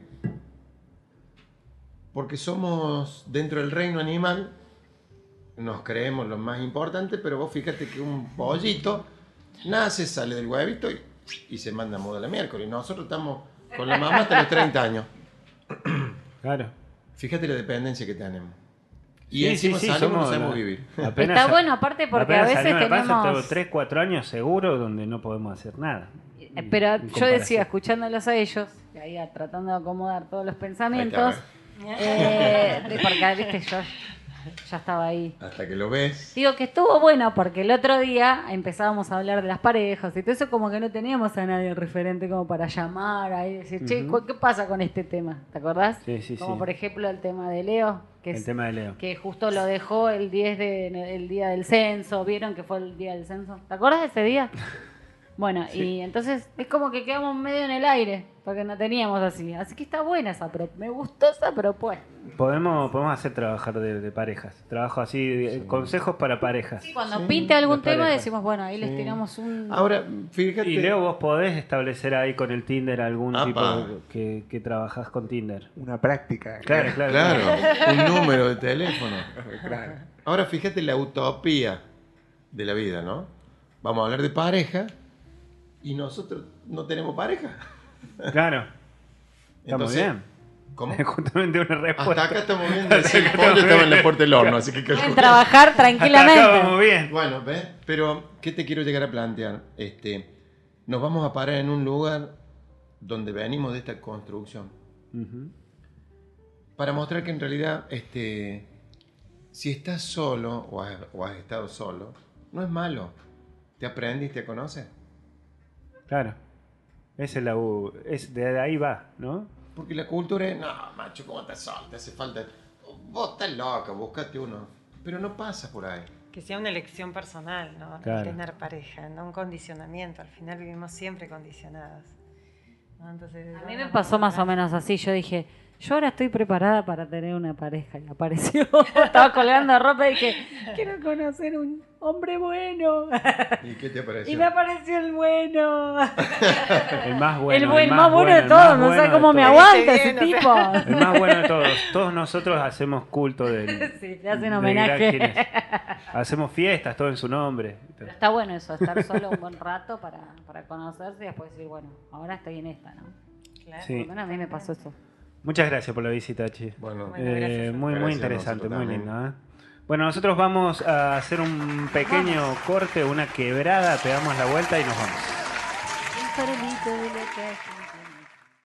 Porque somos, dentro del reino animal, nos creemos lo más importante, pero vos fíjate que un pollito nace, sale del huevito y se manda a moda la miércoles. Nosotros estamos con la mamá hasta los 30 años. Claro. Fíjate la dependencia que tenemos. Y Sí, encima sí, salimos, no somos sabemos la- vivir. Está bueno, aparte, porque a veces tenemos- 3-4 años seguro donde no podemos hacer nada. Pero En yo comparación. decía, escuchándolos a ellos, y ahí tratando de acomodar todos los pensamientos, Ahí está, porque viste, yo ya estaba ahí. Hasta que lo ves. Digo que estuvo bueno porque el otro día empezábamos a hablar de las parejas y todo eso, como que no teníamos a nadie referente como para llamar ahí y decir, che, ¿qué pasa con este tema? ¿Te acordás? Sí, Como sí. por ejemplo el tema de Leo, que El tema de Leo. que justo lo dejó el día del censo. ¿Vieron que fue el día del censo? ¿Te acuerdas de ese día? Bueno, y entonces es como que quedamos medio en el aire, porque no teníamos así. Así que está buena me gustó esa propuesta. Podemos hacer trabajar de parejas. Trabajo así, consejos para parejas. Cuando pinte algún de tema pareja. decimos, bueno, ahí les Sí. tiramos un... Ahora, fíjate. Y Leo, vos podés establecer ahí con el Tinder algún Apa. tipo que trabajás con Tinder. Una práctica. Claro. Claro, un número de teléfono. Claro. Ahora fíjate la utopía de la vida, ¿no? Vamos a hablar de pareja y nosotros no tenemos pareja. Claro. Estamos Entonces, bien. ¿Cómo? Justamente una respuesta. Hasta acá estamos viendo. El pollo estaba en la puerta del horno, así que Pueden trabajar Hasta acá tranquilamente. vamos bien. Bueno, ¿ves? Pero, ¿qué te quiero llegar a plantear? Nos vamos a parar en un lugar donde venimos de esta construcción. Ujú. Para mostrar que en realidad, si estás solo o has estado solo, no es malo. Te aprendiste, te conoces. Claro. Esa es de ahí va, ¿no? Porque la cultura es, no, macho, ¿cómo estás solo? Te hace falta. Vos estás loca, buscate uno. Pero no pasa por ahí. Que sea una elección personal, ¿no? Claro. El tener pareja, no un condicionamiento. Al final vivimos siempre condicionados. ¿no? Entonces, A mí me pasó más o menos así. Yo dije, yo ahora estoy preparada para tener una pareja. Y apareció, estaba colgando ropa y dije, quiero conocer un hombre bueno. ¿Y qué te pareció? Y me apareció el bueno. El más bueno. el más bueno de el todos. más No bueno sé de cómo me todos. aguanta Viste ese bien, tipo. El más bueno de todos. Todos nosotros hacemos culto del. Sí, le hacen de homenaje. gran Gines. Hacemos fiestas, todo en su nombre. Pero está bueno eso, estar solo un buen rato para conocerse y después decir, bueno, ahora estoy en esta, ¿no? Claro. Sí. Bueno, a mí me pasó eso. Muchas gracias por la visita, Chi. Bueno, Bueno, gracias. Muy Gracias a interesante, nosotros muy también. lindo. ¿Eh? Bueno, nosotros vamos a hacer un pequeño corte, una quebrada, pegamos la vuelta y nos vamos. Un farolito de la calle.